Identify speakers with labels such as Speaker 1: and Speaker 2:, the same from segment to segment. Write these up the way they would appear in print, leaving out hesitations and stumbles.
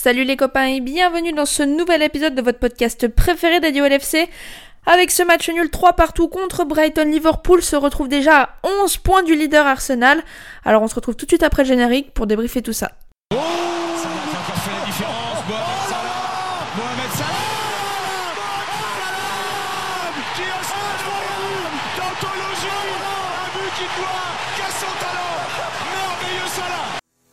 Speaker 1: Salut les copains et bienvenue dans ce nouvel épisode de votre podcast préféré dédié au LFC. Avec ce match nul 3 partout contre Brighton, Liverpool se retrouve déjà à 11 points du leader Arsenal. Alors on se retrouve tout de suite après le générique pour débriefer tout ça.
Speaker 2: Salah qui a encore fait la différence. Mohamed Salah qui a son d'anthologie, un but qui doit qu'à son talent. Merveilleux Salah.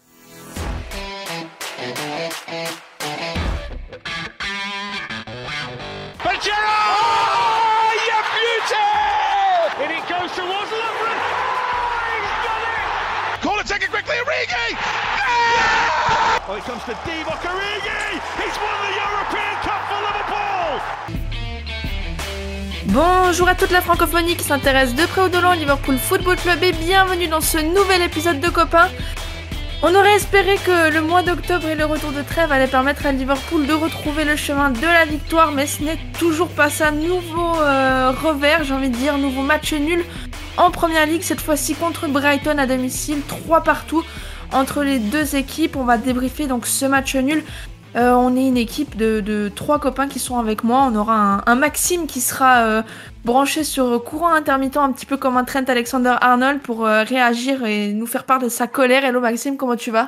Speaker 2: Pajero! Il a buté! And it goes towards Lovren. He's done it! Call it, take it quickly, Origi! Oh, it comes to Divock Origi! He's won the European Cup for Liverpool!
Speaker 1: Bonjour à toute la francophonie qui s'intéresse de près ou de loin au Liverpool Football Club et bienvenue dans ce nouvel épisode de Copains. On aurait espéré que le mois d'octobre et le retour de trêve allaient permettre à Liverpool de retrouver le chemin de la victoire, mais ce n'est toujours pas ça. Nouveau revers, j'ai envie de dire, nouveau match nul en Première Ligue, cette fois-ci contre Brighton à domicile, 3 partout entre les deux équipes. On va débriefer donc ce match nul. On est une équipe de 3 copains qui sont avec moi. On aura un Maxime qui sera branché sur courant intermittent, un petit peu comme un Trent Alexander-Arnold pour réagir et nous faire part de sa colère. Hello Maxime, comment tu vas ?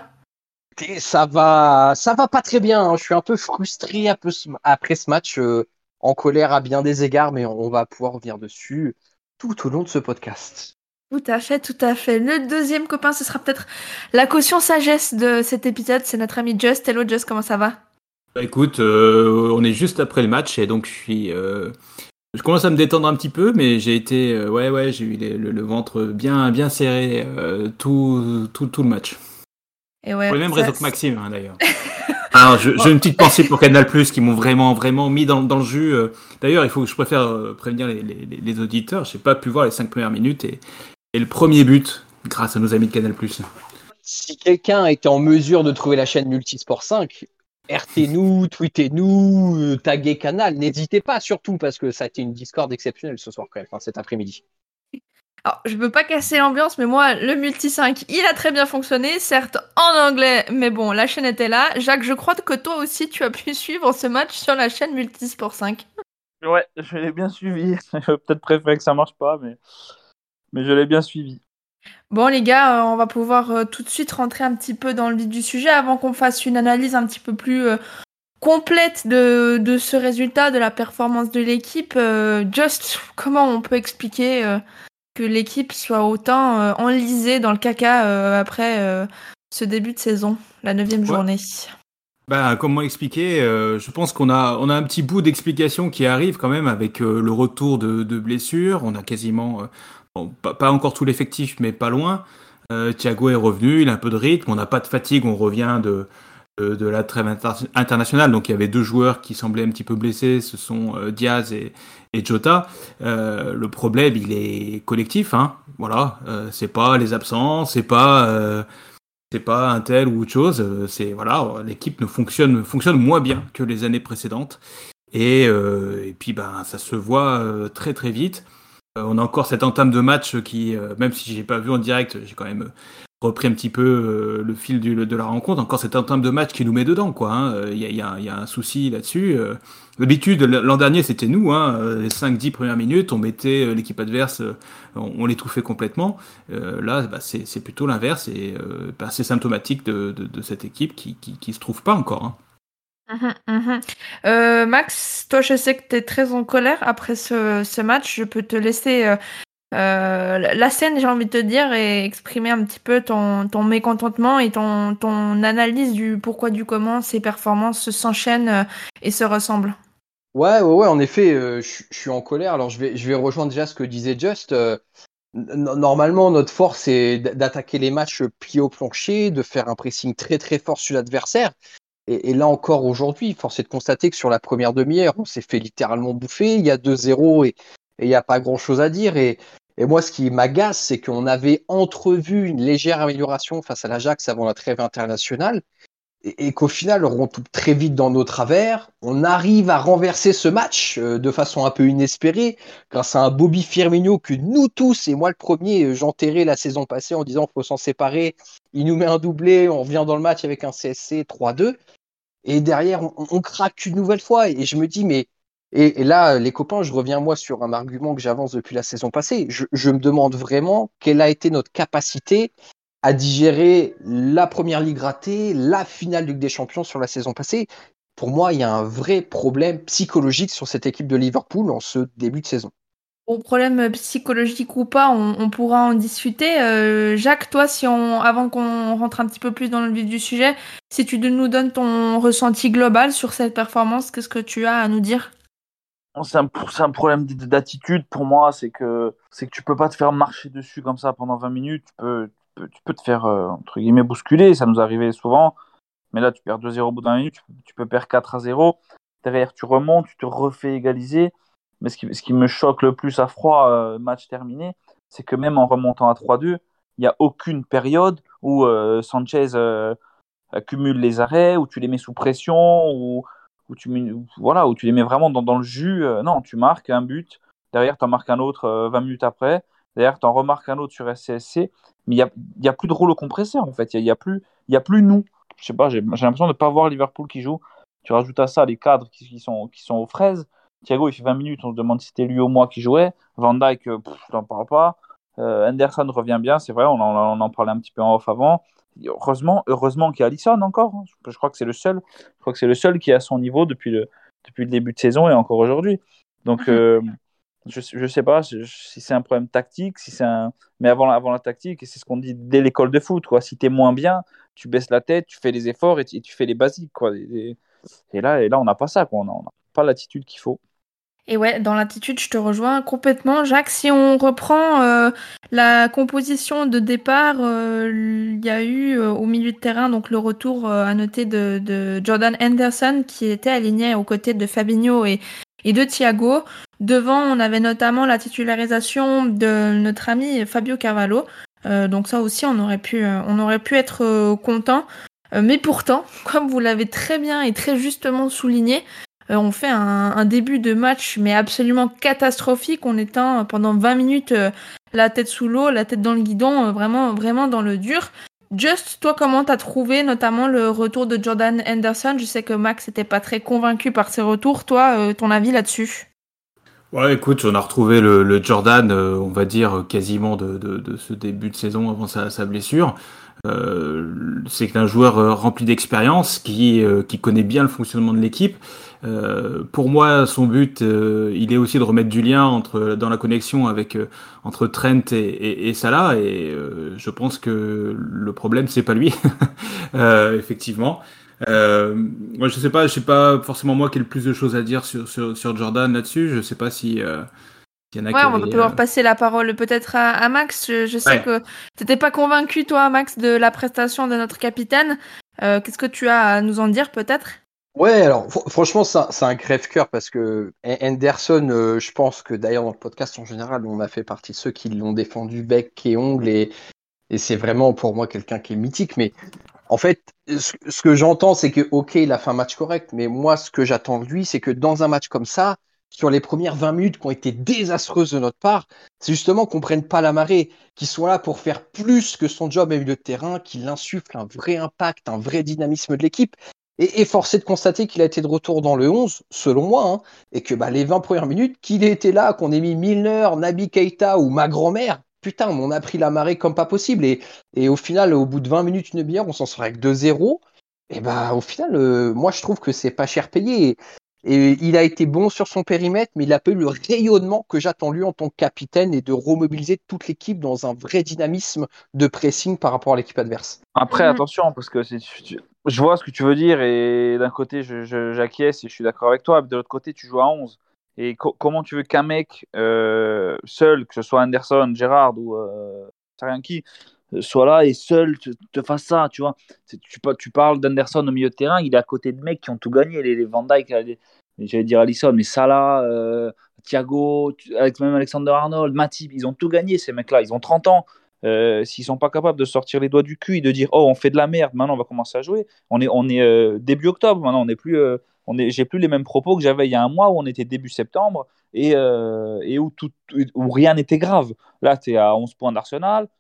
Speaker 3: Ça va pas très bien, hein. Je suis un peu frustré après ce match, en colère à bien des égards, mais on va pouvoir revenir dessus tout au long de ce podcast.
Speaker 1: Tout à fait. Le deuxième copain, ce sera peut-être la caution sagesse de cet épisode. C'est notre ami Just. Hello Just, comment ça va ?
Speaker 4: Bah écoute, on est juste après le match et donc je commence à me détendre un petit peu, mais j'ai été, j'ai eu le ventre bien serré tout le match.
Speaker 1: Et ouais,
Speaker 4: Pour les mêmes
Speaker 1: ça,
Speaker 4: raisons que Maxime, hein, d'ailleurs. Alors, j'ai une petite pensée pour Canal+, qui m'ont vraiment mis dans le jus. D'ailleurs, je préfère prévenir les auditeurs. J'ai pas pu voir les 5 premières minutes et le premier but, grâce à nos amis de Canal+.
Speaker 3: Si quelqu'un était en mesure de trouver la chaîne Multisport 5, RT-nous, tweetez-nous, taguez Canal, n'hésitez pas surtout, parce que ça a été une Discord exceptionnelle ce soir quand même, cet après-midi.
Speaker 1: Alors, je veux pas casser l'ambiance, mais moi, le Multi 5, il a très bien fonctionné, certes en anglais, mais bon, la chaîne était là. Jacques, je crois que toi aussi, tu as pu suivre ce match sur la chaîne Multisport 5.
Speaker 5: Ouais, je l'ai bien suivi. Peut-être préféré que ça marche pas, mais je l'ai bien suivi.
Speaker 1: Bon les gars, on va pouvoir tout de suite rentrer un petit peu dans le vif du sujet avant qu'on fasse une analyse un petit peu plus complète de ce résultat, de la performance de l'équipe. Just, comment on peut expliquer que l'équipe soit autant enlisée dans le caca après ce début de saison, la 9e journée ?
Speaker 4: Bah, comment expliquer je pense qu'on a un petit bout d'explication qui arrive quand même avec le retour de blessures. On a quasiment... pas encore tout l'effectif, mais pas loin. Thiago est revenu, il a un peu de rythme, on n'a pas de fatigue, on revient de la trêve internationale. Donc il y avait 2 joueurs qui semblaient un petit peu blessés, ce sont Diaz et Jota. Le problème, il est collectif, hein. Voilà, c'est pas les absents, c'est pas un tel ou autre chose. C'est voilà, l'équipe fonctionne moins bien que les années précédentes. Et puis ça se voit très très vite. On a encore cette entame de match qui, même si j'ai pas vu en direct, j'ai quand même repris un petit peu le fil de la rencontre. Encore cette entame de match qui nous met dedans, quoi. Hein. Il y a un souci là-dessus. D'habitude, l'an dernier, c'était nous. Hein. Les 5-10 premières minutes, on mettait l'équipe adverse, on l'étouffait complètement. Là, c'est plutôt l'inverse et c'est symptomatique de cette équipe qui se trouve pas encore. Hein.
Speaker 1: Max, toi je sais que tu es très en colère après ce match, je peux te laisser la scène, j'ai envie de te dire, et exprimer un petit peu ton mécontentement et ton analyse du pourquoi du comment ces performances s'enchaînent et se ressemblent.
Speaker 3: Ouais, en effet, je suis en colère. Alors je vais rejoindre déjà ce que disait Just. Normalement, notre force, c'est d'attaquer les matchs pied au plancher, de faire un pressing très très fort sur l'adversaire. Et là encore aujourd'hui, force est de constater que sur la première demi-heure, on s'est fait littéralement bouffer. Il y a 2-0 et il n'y a pas grand-chose à dire. Et moi, ce qui m'agace, c'est qu'on avait entrevu une légère amélioration face à l'Ajax avant la trêve internationale et qu'au final, on retombe très vite dans nos travers. On arrive à renverser ce match de façon un peu inespérée grâce à un Bobby Firmino que nous tous, et moi le premier, j'enterrais la saison passée en disant qu'il faut s'en séparer. Il nous met un doublé, on revient dans le match avec un CSC 3-2. et derrière, on craque une nouvelle fois. Et je me dis, mais. Et là, les copains, je reviens moi sur un argument que j'avance depuis la saison passée. Je me demande vraiment quelle a été notre capacité à digérer la première ligue ratée, la finale Ligue des Champions sur la saison passée. Pour moi, il y a un vrai problème psychologique sur cette équipe de Liverpool en ce début de saison.
Speaker 1: Au problème psychologique ou pas, on pourra en discuter. Jacques, toi, avant qu'on rentre un petit peu plus dans le vif du sujet, si tu nous donnes ton ressenti global sur cette performance, qu'est-ce que tu as à nous dire?
Speaker 5: C'est un problème d'attitude pour moi, c'est que tu peux pas te faire marcher dessus comme ça pendant 20 minutes. Tu peux te faire, entre guillemets, bousculer, ça nous arrivait souvent. Mais là, tu perds 2-0 au bout d'un minute, tu peux perdre 4-0. Derrière, tu remontes, tu te refais égaliser. Mais ce qui me choque le plus à froid, match terminé, c'est que même en remontant à 3-2, il n'y a aucune période où Sanchez accumule les arrêts, où tu les mets sous pression, où tu les mets vraiment dans le jus. Non, tu marques un but, derrière, tu en marques un autre 20 minutes après, derrière, tu en remarques un autre sur SCSC. Mais il y a plus de rouleau compresseur, en fait. Il y a plus nous. Je sais pas, j'ai l'impression de ne pas voir Liverpool qui joue. Tu rajoutes à ça les cadres qui sont aux fraises. Thiago, il fait 20 minutes, on se demande si c'était lui ou moi qui jouait. Van Dijk, je n'en parle pas. Henderson revient bien, c'est vrai, on en parlait un petit peu en off avant. Heureusement qu'il y a Alisson encore, hein. Je crois que c'est le seul. Je crois que c'est le seul qui est à son niveau depuis le début de saison et encore aujourd'hui. Donc, je sais pas si c'est un problème tactique, mais avant la tactique, et c'est ce qu'on dit dès l'école de foot, quoi. Si tu es moins bien, tu baisses la tête, tu fais les efforts et tu fais les basiques, quoi. Et là, on n'a pas ça, quoi. On n'a pas l'attitude qu'il faut.
Speaker 1: Et ouais, dans l'attitude, je te rejoins complètement. Jacques, si on reprend la composition de départ, il y a eu au milieu de terrain donc le retour à noter de Jordan Henderson qui était aligné aux côtés de Fabinho et de Thiago. Devant, on avait notamment la titularisation de notre ami Fabio Carvalho. Donc ça aussi, on aurait pu être content. Mais pourtant, comme vous l'avez très bien et très justement souligné, on fait un début de match mais absolument catastrophique. On éteint pendant 20 minutes la tête sous l'eau, la tête dans le guidon, vraiment, vraiment dans le dur. Just, toi, comment t'as trouvé notamment le retour de Jordan Henderson? Je sais que Max n'était pas très convaincu par ses retours. Toi, ton avis là-dessus?
Speaker 4: Ouais, écoute, on a retrouvé le Jordan, on va dire, quasiment de ce début de saison avant sa blessure. C'est un joueur rempli d'expérience qui connaît bien le fonctionnement de l'équipe. Pour moi, son but, il est aussi de remettre du lien dans la connexion entre Trent et Salah. Et je pense que le problème, c'est pas lui, effectivement. Moi, je sais pas forcément moi qui ai le plus de choses à dire sur Jordan là-dessus. Je sais pas si s'il y en a
Speaker 1: Ouais,
Speaker 4: qui
Speaker 1: on va
Speaker 4: avaient,
Speaker 1: pouvoir passer la parole peut-être à Max. Je sais
Speaker 4: Ouais.
Speaker 1: que t'étais pas convaincu, toi, Max, de la prestation de notre capitaine. Qu'est-ce que tu as à nous en dire, peut-être?
Speaker 3: Ouais, alors franchement, c'est un crève-cœur parce que Henderson, je pense que d'ailleurs dans le podcast en général, on a fait partie de ceux qui l'ont défendu bec et ongle et c'est vraiment pour moi quelqu'un qui est mythique. Mais en fait, ce que j'entends, c'est que ok, il a fait un match correct, mais moi, ce que j'attends de lui, c'est que dans un match comme ça, sur les premières 20 minutes qui ont été désastreuses de notre part, c'est justement qu'on prenne pas la marée, qu'il soit là pour faire plus que son job à milieu de terrain, qu'il insuffle un vrai impact, un vrai dynamisme de l'équipe. Et force est de constater qu'il a été de retour dans le 11, selon moi, hein, et que les 20 premières minutes, qu'il ait été là, qu'on ait mis Milner, Naby Keita ou ma grand-mère, putain, on a pris la marée comme pas possible. Et au final, au bout de 20 minutes, une demi-heure, on s'en sort avec 2-0. Et au final, moi, je trouve que c'est pas cher payé. Et il a été bon sur son périmètre, mais il a pas eu le rayonnement que j'attends lui en tant que capitaine et de remobiliser toute l'équipe dans un vrai dynamisme de pressing par rapport à l'équipe adverse.
Speaker 5: Après,
Speaker 1: Mhm.
Speaker 5: attention, parce que je vois ce que tu veux dire, et d'un côté, j'acquiesce et je suis d'accord avec toi, mais de l'autre côté, tu joues à 11. Et comment tu veux qu'un mec seul, que ce soit Anderson, Gérard ou c'est rien qui, soit là et seul te fasse ça, tu vois. Tu parles d'Anderson au milieu de terrain, il est à côté de mecs qui ont tout gagné, les Van Dijk, j'allais dire Alisson, mais Salah, Thiago, même Alexander-Arnold, Matip, ils ont tout gagné, ces mecs-là, ils ont 30 ans. S'ils sont pas capables de sortir les doigts du cul et de dire oh on fait de la merde, maintenant on va commencer à jouer. On est début octobre maintenant, on est plus, j'ai plus les mêmes propos que j'avais il y a un mois où on était début septembre et où rien n'était grave. Là tu es à 11 points d'Arsenal,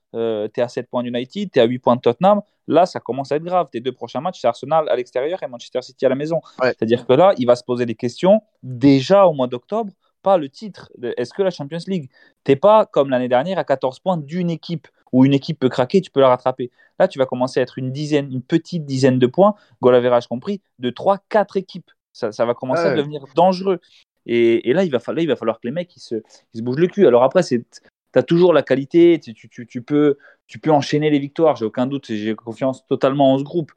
Speaker 5: t'es à 7 points d'United, t'es à 8 points de Tottenham. Là, ça commence à être grave. Tes deux prochains matchs, c'est Arsenal à l'extérieur et Manchester City à la maison.
Speaker 3: Ouais.
Speaker 5: C'est-à-dire que là, il va se poser des questions déjà au mois d'octobre, pas le titre. Est-ce que la Champions League, t'es pas comme l'année dernière à 14 points d'une équipe où une équipe peut craquer, tu peux la rattraper. Là, tu vas commencer à être une petite dizaine de points, goal average compris, de 3-4 équipes. Ça va commencer à devenir dangereux. Et là, il va falloir que les mecs ils se bougent le cul. Alors après, tu as toujours la qualité, tu peux enchaîner les victoires, j'ai aucun doute, j'ai confiance totalement en ce groupe.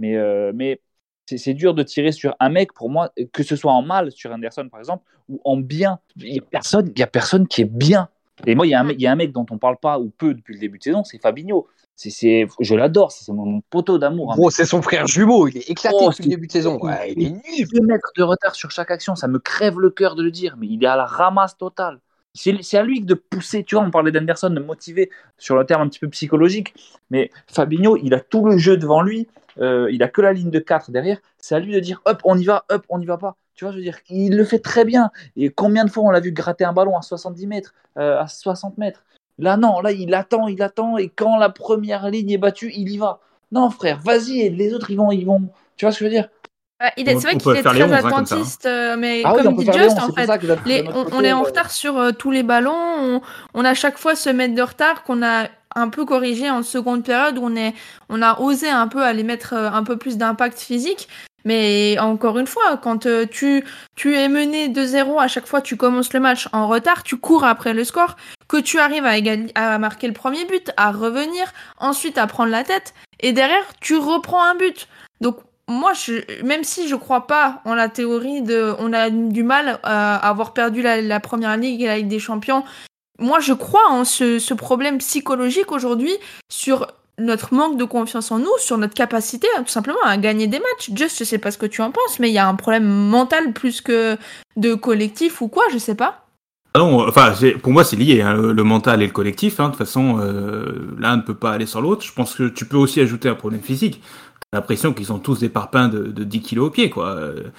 Speaker 5: Mais c'est dur de tirer sur un mec, pour moi, que ce soit en mal sur Anderson par exemple, ou en bien. Il n'y a personne qui est bien. Et moi, il y a un mec dont on ne parle pas ou peu depuis le début de saison, c'est Fabinho. Je l'adore, c'est mon poteau d'amour.
Speaker 3: Gros, c'est son frère jumeau, il est éclaté depuis le début de saison. Ouais, il est nul.
Speaker 5: 2 mètres de retard sur chaque action, ça me crève le cœur de le dire, mais il est à la ramasse totale. C'est à lui de pousser, tu vois, on parlait d'Anderson, de motiver sur le terme un petit peu psychologique, mais Fabinho, il a tout le jeu devant lui, il a que la ligne de 4 derrière, c'est à lui de dire hop, on y va pas. Tu vois, je veux dire, il le fait très bien. Et combien de fois on l'a vu gratter un ballon à 70 mètres, à 60 mètres. Là, non, là, il attend, et quand la première ligne est battue, il y va. Non, frère, vas-y, et les autres, ils vont. Tu vois ce que je veux dire?
Speaker 1: C'est vrai qu'il est très attentiste, mais comme dit Just, en fait, on est en retard sur tous les ballons. On a chaque fois ce mètre de retard qu'on a un peu corrigé en seconde période où on a osé un peu aller mettre un peu plus d'impact physique. Mais encore une fois, quand tu es mené 2-0, à chaque fois tu commences le match en retard, tu cours après le score, que tu arrives à marquer le premier but, à revenir, ensuite à prendre la tête, et derrière tu reprends un but. Donc moi, même si je crois pas en la théorie on a du mal à avoir perdu la Première Ligue et la Ligue des Champions, moi je crois en ce problème psychologique aujourd'hui sur notre manque de confiance en nous, sur notre capacité tout simplement à gagner des matchs. Just, je sais pas ce que tu en penses, mais il y a un problème mental plus que de collectif ou quoi, je sais pas.
Speaker 4: Ah non, enfin, pour moi, c'est lié, hein, le mental et le collectif. Hein, de toute façon, l'un ne peut pas aller sans l'autre. Je pense que tu peux aussi ajouter un problème physique. T'as l'impression qu'ils ont tous des parpaings de 10 kilos au pied, quoi.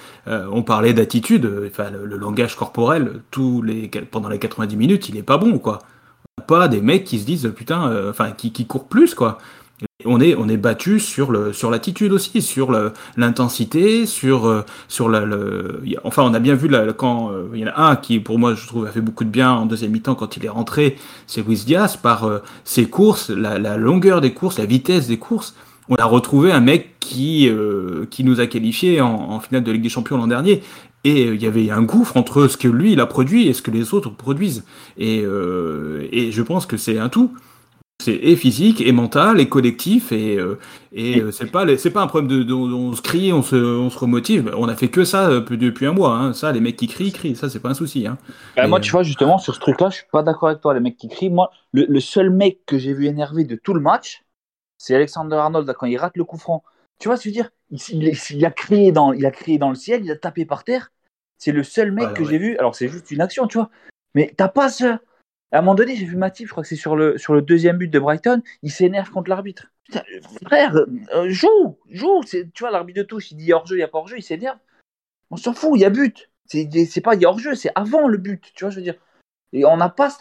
Speaker 4: On parlait d'attitude, enfin, le langage corporel, pendant les 90 minutes, il est pas bon, quoi. Pas des mecs qui se disent putain, qui courent plus, quoi. On est battu sur l'attitude aussi, sur l'intensité, enfin, on a bien vu quand il y en a un qui pour moi je trouve a fait beaucoup de bien en deuxième mi-temps quand il est rentré, c'est Luis Diaz, par ses courses, la longueur des courses, la vitesse des courses. On a retrouvé un mec qui nous a qualifiés en finale de Ligue des Champions l'an dernier. Et il y avait un gouffre entre ce que lui il a produit et ce que les autres produisent. Et je pense que c'est un tout. C'est et physique, et mental, et collectif, et c'est pas un problème on se crie, on se remotive. On a fait que ça depuis un mois. Hein. Ça, les mecs qui crient. Ça, c'est pas un souci. Hein.
Speaker 5: Moi, tu vois, justement, sur ce truc-là, je suis pas d'accord avec toi. Les mecs qui crient, moi, le seul mec que j'ai vu énervé de tout le match, c'est Alexander Arnold quand il rate le coup franc. Tu vois ce que je veux dire? Il a crié dans le ciel, il a tapé par terre. C'est le seul mec que j'ai vu. Alors, c'est juste une action, tu vois. Mais t'as pas ce. À un moment donné, j'ai vu Matip, je crois que c'est sur le deuxième but de Brighton, il s'énerve contre l'arbitre. Putain, frère, joue. Tu vois, l'arbitre de touche, il dit hors-jeu, il n'y a pas hors-jeu, il s'énerve. On s'en fout, il y a but. C'est pas il y a hors-jeu, c'est avant le but, tu vois, je veux dire. Et on n'a pas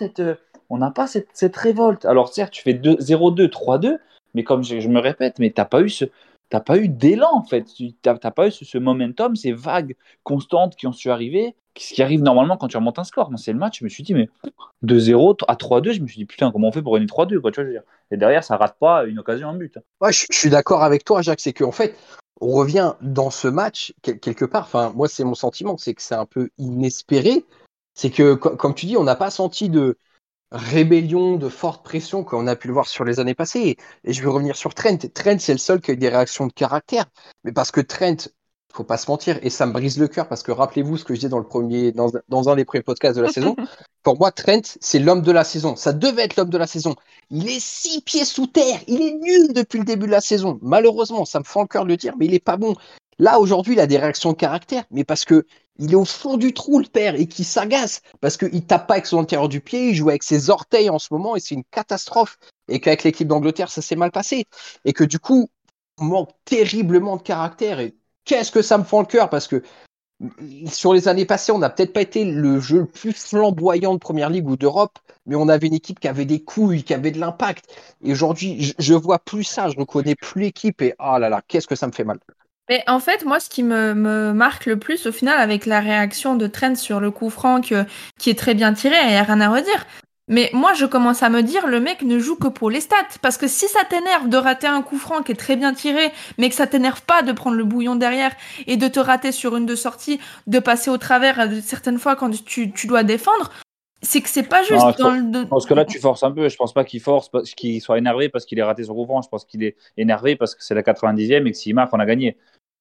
Speaker 5: cette révolte. Alors, certes, tu fais 0-2, 3-2, mais comme je me répète, mais t'as pas eu d'élan, en fait. T'as pas eu ce momentum, ces vagues constantes qui ont su arriver, ce qui arrive normalement quand tu remontes un score. Moi, c'est le match, je me suis dit, mais 2-0 à 3-2, je me suis dit, putain, comment on fait pour gagner 3-2, quoi, tu vois, je veux dire. Et derrière, ça rate pas une occasion, un but.
Speaker 3: Ouais, je suis d'accord avec toi, Jacques, c'est qu'en fait, on revient dans ce match, quelque part, enfin, moi, c'est mon sentiment, c'est que c'est un peu inespéré. C'est que, comme tu dis, on n'a pas senti de rébellion, de forte pression comme on a pu le voir sur les années passées. Et je vais revenir sur Trent. Trent, c'est le seul qui a eu des réactions de caractère. Mais parce que Trent, faut pas se mentir, et ça me brise le cœur parce que rappelez-vous ce que je disais dans un des premiers podcasts de la saison. Pour moi, Trent, c'est l'homme de la saison. Ça devait être l'homme de la saison. Il est 6 pieds sous terre. Il est nul depuis le début de la saison. Malheureusement, ça me fend le cœur de le dire, mais il est pas bon. Là, aujourd'hui, il a des réactions de caractère, mais parce que il est au fond du trou, le père, et qui s'agace parce qu'il tape pas avec son antérieur du pied, il joue avec ses orteils en ce moment, et c'est une catastrophe. Et qu'avec l'équipe d'Angleterre, ça s'est mal passé. Et que du coup, on manque terriblement de caractère. Et qu'est-ce que ça me fend le cœur, parce que Sur les années passées, on n'a peut-être pas été le jeu le plus flamboyant de Première Ligue ou d'Europe, mais on avait une équipe qui avait des couilles, qui avait de l'impact. Et aujourd'hui, je vois plus ça, je reconnais plus l'équipe et oh là là, qu'est-ce que ça me fait mal.
Speaker 1: Mais en fait, moi, ce qui me marque le plus, au final, avec la réaction de Trent sur le coup franc qui est très bien tiré, il n'y a rien à redire. Mais moi, je commence à me dire, le mec ne joue que pour les stats. Parce que si ça t'énerve de rater un coup franc qui est très bien tiré, mais que ça t'énerve pas de prendre le bouillon derrière et de te rater sur une de sortie, de passer au travers certaines fois quand tu dois défendre, c'est que c'est pas juste
Speaker 5: Non,
Speaker 1: dans.
Speaker 5: je pense que là, tu forces un peu. Je pense pas qu'il force, qu'il soit énervé parce qu'il ait raté son coup franc. Je pense qu'il est énervé parce que c'est la 90e et que s'il marque, on a gagné.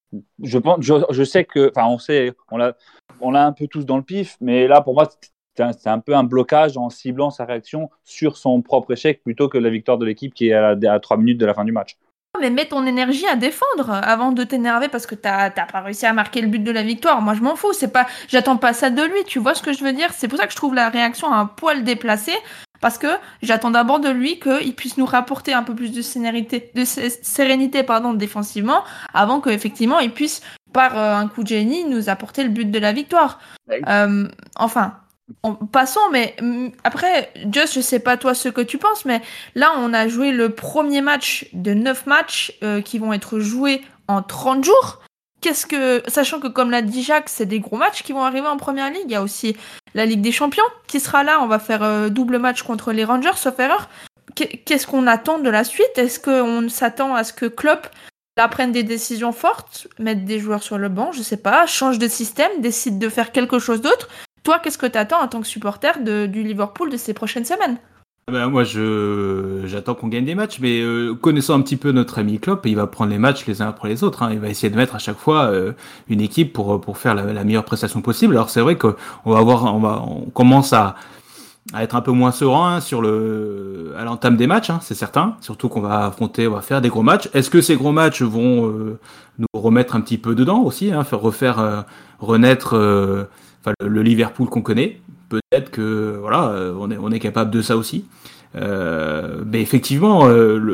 Speaker 5: Je sais que, enfin, on l'a un peu tous dans le pif, mais là, pour moi, c'est un peu un blocage en ciblant sa réaction sur son propre échec plutôt que la victoire de l'équipe qui est à 3 minutes de la fin du match.
Speaker 1: Mais mets ton énergie à défendre avant de t'énerver parce que t'as pas réussi à marquer le but de la victoire. Moi, je m'en fous. J'attends pas ça de lui. Tu vois ce que je veux dire? C'est pour ça que je trouve la réaction un poil déplacée parce que j'attends d'abord de lui qu'il puisse nous rapporter un peu plus de sérénité, pardon, défensivement avant qu'effectivement il puisse, par un coup de génie, nous apporter le but de la victoire. Enfin. Passons, mais après, Just, je sais pas toi ce que tu penses, mais là, on a joué le premier match de 9 matchs qui vont être joués en 30 jours. Sachant que, comme l'a dit Jacques, c'est des gros matchs qui vont arriver en première ligue. Il y a aussi la Ligue des Champions qui sera là. On va faire double match contre les Rangers, sauf erreur. Qu'est-ce qu'on attend de la suite? Est-ce qu'on s'attend à ce que Klopp là prenne des décisions fortes, mette des joueurs sur le banc, je sais pas, change de système, décide de faire quelque chose d'autre? Toi, qu'est-ce que tu attends en tant que supporter du Liverpool de ces prochaines semaines?
Speaker 4: Moi, j'attends qu'on gagne des matchs, mais connaissant un petit peu notre ami Klopp, il va prendre les matchs les uns après les autres. Hein. Il va essayer de mettre à chaque fois une équipe pour faire la meilleure prestation possible. Alors c'est vrai qu'on on commence à être un peu moins serein à l'entame des matchs, hein, c'est certain. Surtout qu'on va faire des gros matchs. Est-ce que ces gros matchs vont nous remettre un petit peu dedans aussi, hein, renaître le Liverpool qu'on connaît? Peut-être que voilà, on est capable de ça aussi. Mais effectivement,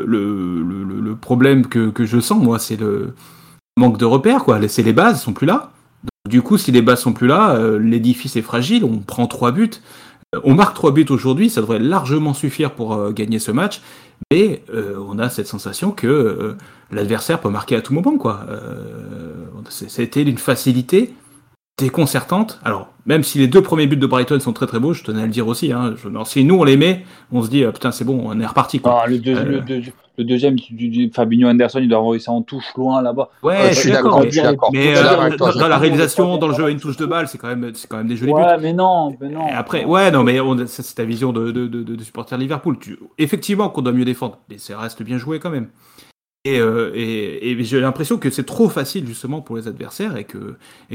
Speaker 4: le problème que je sens, moi, c'est le manque de repères, quoi. C'est les bases sont plus là. Du coup, si les bases sont plus là, l'édifice est fragile. On prend 3 buts. On marque 3 buts aujourd'hui, ça devrait largement suffire pour gagner ce match, mais on a cette sensation que l'adversaire peut marquer à tout moment, quoi. C'était une facilité déconcertante. Alors, même si les 2 premiers buts de Brighton sont très très beaux, je tenais à le dire aussi, hein, si nous on les met, on se dit putain c'est bon, on est reparti, quoi.
Speaker 5: Le deuxième du Fabinho Anderson, il doit envoyer ça en touche loin là-bas.
Speaker 4: Ouais, je suis d'accord. Mais dans la réalisation, dans le jeu à une touche de balle, c'est quand même des jolis buts.
Speaker 5: Ouais, mais non.
Speaker 4: Et après, ouais, non, mais c'est ta vision de supporter Liverpool. Effectivement qu'on doit mieux défendre, mais ça reste bien joué quand même. Et j'ai l'impression que c'est trop facile justement pour les adversaires et que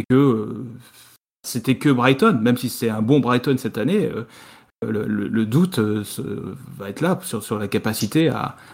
Speaker 4: c'était que Brighton, même si c'est un bon Brighton cette année. Le doute va être là sur la capacité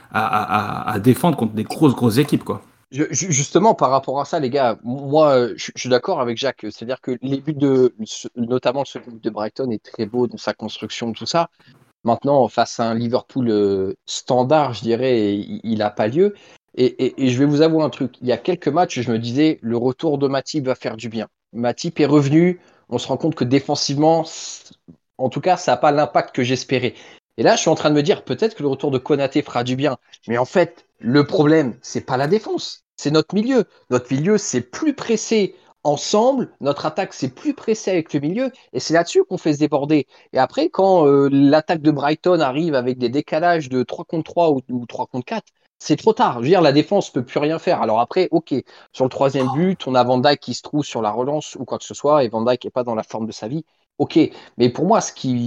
Speaker 4: à défendre contre des grosses équipes, quoi.
Speaker 3: Justement, par rapport à ça, les gars, moi, je suis d'accord avec Jacques. C'est-à-dire que les buts notamment ce but de Brighton est très beau dans sa construction, tout ça. Maintenant, face à un Liverpool standard, je dirais, il n'a pas lieu. Et je vais vous avouer un truc. Il y a quelques matchs, je me disais, le retour de Matip va faire du bien. Matip est revenu. On se rend compte que défensivement, en tout cas, ça n'a pas l'impact que j'espérais. Et là, je suis en train de me dire, peut-être que le retour de Konaté fera du bien. Mais en fait, le problème, c'est pas la défense, c'est notre milieu. Notre milieu, c'est plus pressé ensemble. Notre attaque, c'est plus pressé avec le milieu. Et c'est là-dessus qu'on fait se déborder. Et après, quand l'attaque de Brighton arrive avec des décalages de 3 contre 3 ou 3 contre 4, c'est trop tard. Je veux dire, la défense peut plus rien faire. Alors après, ok, sur le 3e but, on a Van Dijk qui se trouve sur la relance ou quoi que ce soit, et Van Dijk n'est pas dans la forme de sa vie. Ok, mais pour moi,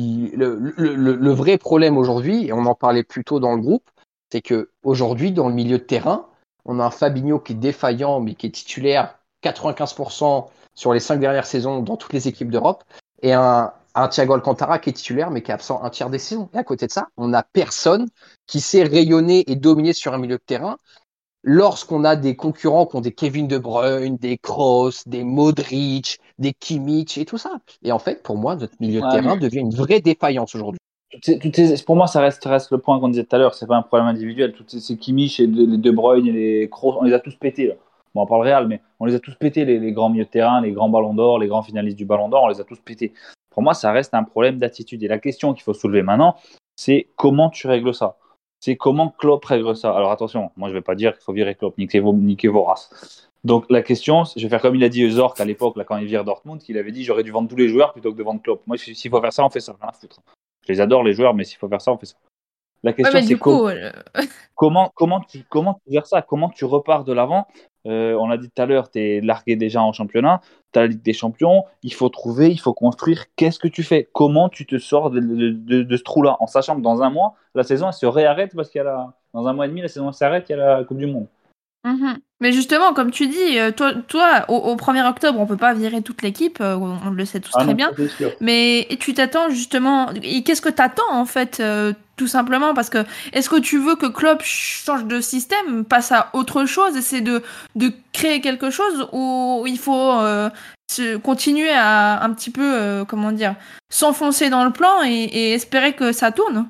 Speaker 3: le vrai problème aujourd'hui, et on en parlait plus tôt dans le groupe, c'est que aujourd'hui, dans le milieu de terrain, on a un Fabinho qui est défaillant, mais qui est titulaire 95% sur les 5 dernières saisons dans toutes les équipes d'Europe, et un Thiago Alcantara qui est titulaire, mais qui est absent un tiers des saisons. Et à côté de ça, on n'a personne qui sait rayonner et dominer sur un milieu de terrain lorsqu'on a des concurrents qui ont des Kevin De Bruyne, des Kroos, des Modric, des Kimmich et tout ça. Et en fait, pour moi, notre milieu de terrain devient une vraie défaillance aujourd'hui.
Speaker 5: Pour moi, ça reste le point qu'on disait tout à l'heure. C'est pas un problème individuel. Ces Kimmich et les De Bruyne et les Kroos, on les a tous pétés là. bon, à part le Real, mais on les a tous pétés, les grands milieux de terrain, les grands ballons d'or, les grands finalistes du ballon d'or, on les a tous pétés. Pour moi, ça reste un problème d'attitude. Et la question qu'il faut soulever maintenant, c'est comment tu règles ça. C'est comment Klopp règle ça. Alors attention, moi je ne vais pas dire qu'il faut virer Klopp, niquer vos races. Donc la question, je vais faire comme il a dit Zorc à l'époque, là, quand il vire Dortmund, qu'il avait dit j'aurais dû vendre tous les joueurs plutôt que de vendre Klopp. Moi, s'il faut faire ça, on fait ça. Rien à foutre. Je les adore les joueurs, mais s'il faut faire ça, on fait ça. La question, c'est comment tu gères ça? Comment tu repars de l'avant? On l'a dit tout à l'heure, tu es largué déjà en championnat, tu as la Ligue des Champions, il faut trouver, il faut construire. Qu'est-ce que tu fais? Comment tu te sors de ce trou-là, en sachant que dans un mois, la saison elle se réarrête parce qu'il y a dans un mois et demi, la saison s'arrête, il y a la Coupe du Monde.
Speaker 1: Mais justement, comme tu dis, toi au 1er octobre, on peut pas virer toute l'équipe, on le sait tous très bien. Mais tu t'attends justement. Et qu'est-ce que t'attends en fait, tout simplement? Parce que est-ce que tu veux que Klopp change de système, passe à autre chose, essaie de créer quelque chose, ou il faut continuer à un petit peu, s'enfoncer dans le plan et espérer que ça tourne?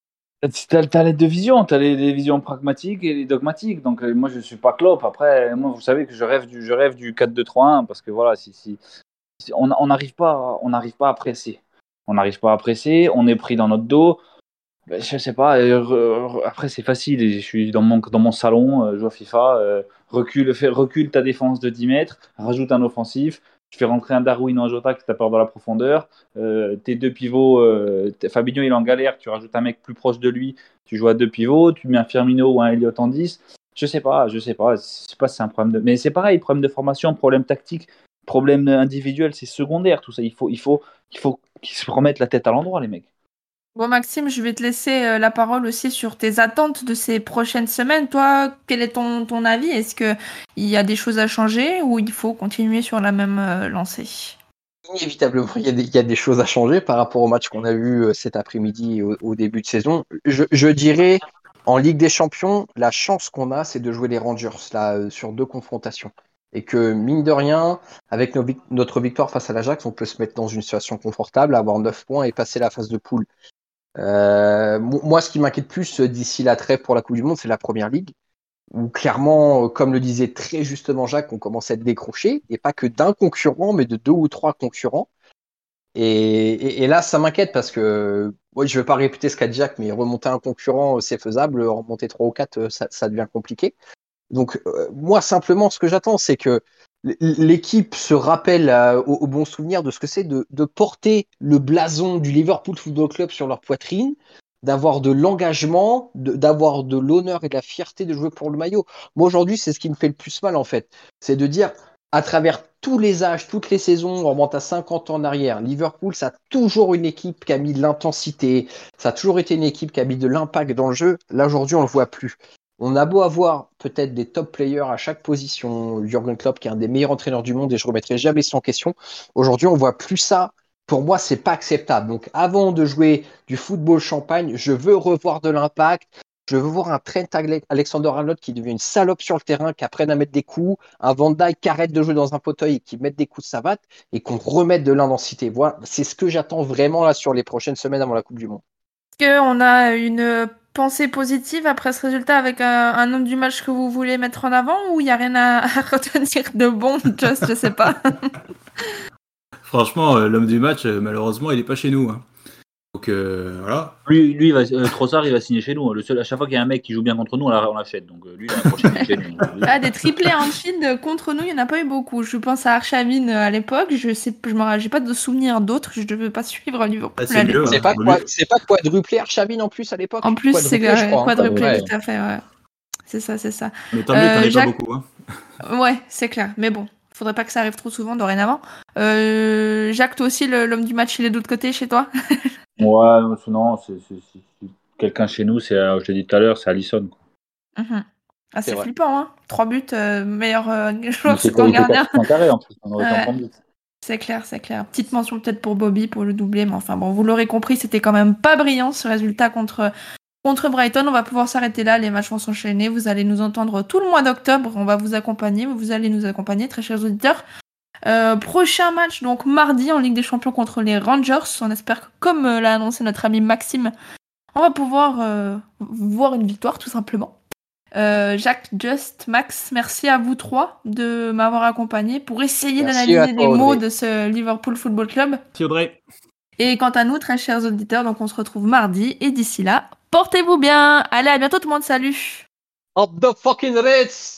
Speaker 5: T'as les deux visions, t'as les visions pragmatiques et les dogmatiques. Donc moi je suis pas Klopp. Après moi vous savez que je rêve du 4-2-3-1 parce que voilà si on n'arrive pas à presser. On n'arrive pas à presser, on est pris dans notre dos. Ben, je sais pas. Après c'est facile. Je suis dans mon salon, je joue à FIFA. Recule ta défense de 10 mètres, rajoute un offensif. Tu fais rentrer un Darwin ou un Jota qui t'a peur dans la profondeur. Tes deux pivots, Fabinho il est en galère, tu rajoutes un mec plus proche de lui, tu joues à deux pivots, tu mets un Firmino ou un Elliott en 10. Je sais pas. Je sais pas si c'est un problème mais c'est pareil, problème de formation, problème tactique, problème individuel, c'est secondaire tout ça. Il faut qu'ils se remettent la tête à l'endroit les mecs.
Speaker 1: Bon Maxime, je vais te laisser la parole aussi sur tes attentes de ces prochaines semaines. Toi, quel est ton avis? Est-ce qu'il y a des choses à changer ou il faut continuer sur la même lancée?
Speaker 3: Inévitablement, il y a des choses à changer par rapport au match qu'on a vu cet après-midi au début de saison. Je dirais, en Ligue des Champions, la chance qu'on a, c'est de jouer les Rangers là, sur 2 confrontations. Et que, mine de rien, avec notre victoire face à l'Ajax, on peut se mettre dans une situation confortable, avoir 9 points et passer la phase de poule. Moi, ce qui m'inquiète plus d'ici la trêve pour la Coupe du Monde, c'est la Première Ligue, où clairement, comme le disait très justement Jacques, on commence à être décroché, et pas que d'un concurrent, mais de 2 ou 3 concurrents. Et là, ça m'inquiète parce que, je ne vais pas répéter ce qu'a dit Jacques, mais remonter un concurrent, c'est faisable, remonter 3 ou 4, ça devient compliqué. Donc, moi, simplement, ce que j'attends, c'est que l'équipe se rappelle au bon souvenir de ce que c'est de porter le blason du Liverpool Football Club sur leur poitrine, d'avoir de l'engagement, d'avoir de l'honneur et de la fierté de jouer pour le maillot. Moi, aujourd'hui, c'est ce qui me fait le plus mal, en fait. C'est de dire, à travers tous les âges, toutes les saisons, on remonte à 50 ans en arrière, Liverpool, ça a toujours une équipe qui a mis de l'intensité, ça a toujours été une équipe qui a mis de l'impact dans le jeu. Là, aujourd'hui, on ne le voit plus. On a beau avoir peut-être des top players à chaque position, Jürgen Klopp qui est un des meilleurs entraîneurs du monde et je ne remettrai jamais ça en question. Aujourd'hui, on ne voit plus ça. Pour moi, c'est pas acceptable. Donc, avant de jouer du football champagne, je veux revoir de l'impact. Je veux voir un Trent Alexander-Arnold qui devient une salope sur le terrain, qui apprenne à mettre des coups, un Van Dijk qui arrête de jouer dans un fauteuil et qui mette des coups de savate et qu'on remette de l'intensité. Voilà, c'est ce que j'attends vraiment là sur les prochaines semaines avant la Coupe du Monde.
Speaker 1: Est-ce qu'on a une pensée positive après ce résultat avec un homme du match que vous voulez mettre en avant ou il n'y a rien à retenir de bon? Je sais pas.
Speaker 4: Franchement, l'homme du match, malheureusement, il n'est pas chez nous. Hein. Donc voilà.
Speaker 5: Lui Trossard, il va signer chez nous. À chaque fois qu'il y a un mec qui joue bien contre nous, on l'achète. Donc lui, il va prochain chez nous.
Speaker 1: Des triplés en Anfield contre nous, il n'y en a pas eu beaucoup. Je pense à Arshavin à l'époque. J'ai pas de souvenir d'autres. Je ne veux pas suivre Liverpool.
Speaker 3: C'est mieux. C'est pas quadruplé Arshavin en plus à l'époque.
Speaker 1: En plus, c'est quadruplé, tout à fait. Ouais. C'est ça.
Speaker 4: Mais tant mieux, t'en es pas beaucoup. Hein.
Speaker 1: Ouais, c'est clair. Mais bon. Faudrait pas que ça arrive trop souvent dorénavant. Jacques, toi aussi, l'homme du match, il est de l'autre côté chez toi?
Speaker 5: Ouais, non, c'est quelqu'un chez nous, je l'ai dit tout à l'heure, c'est Alisson.
Speaker 1: Ah, c'est flippant, hein. 3 buts, meilleur joueur second gardien. C'est clair. Petite mention peut-être pour Bobby pour le doubler, mais enfin bon, vous l'aurez compris, c'était quand même pas brillant ce résultat contre Brighton. On va pouvoir s'arrêter là, les matchs vont s'enchaîner, vous allez nous entendre tout le mois d'octobre, on va vous accompagner, vous allez nous accompagner, très chers auditeurs. Prochain match, donc mardi en Ligue des Champions contre les Rangers. On espère que, comme l'a annoncé notre ami Maxime, on va pouvoir voir une victoire tout simplement. Jacques, Just, Max, merci à vous trois de m'avoir accompagné pour essayer
Speaker 3: Merci à
Speaker 1: d'analyser
Speaker 3: toi,
Speaker 1: les mots
Speaker 3: Audrey.
Speaker 1: de ce Liverpool Football Club.
Speaker 4: Merci Audrey.
Speaker 1: Et quant à nous, très chers auditeurs, donc on se retrouve mardi. Et d'ici là, portez-vous bien. Allez, à bientôt tout le monde. Salut.
Speaker 3: Up the fucking Reds!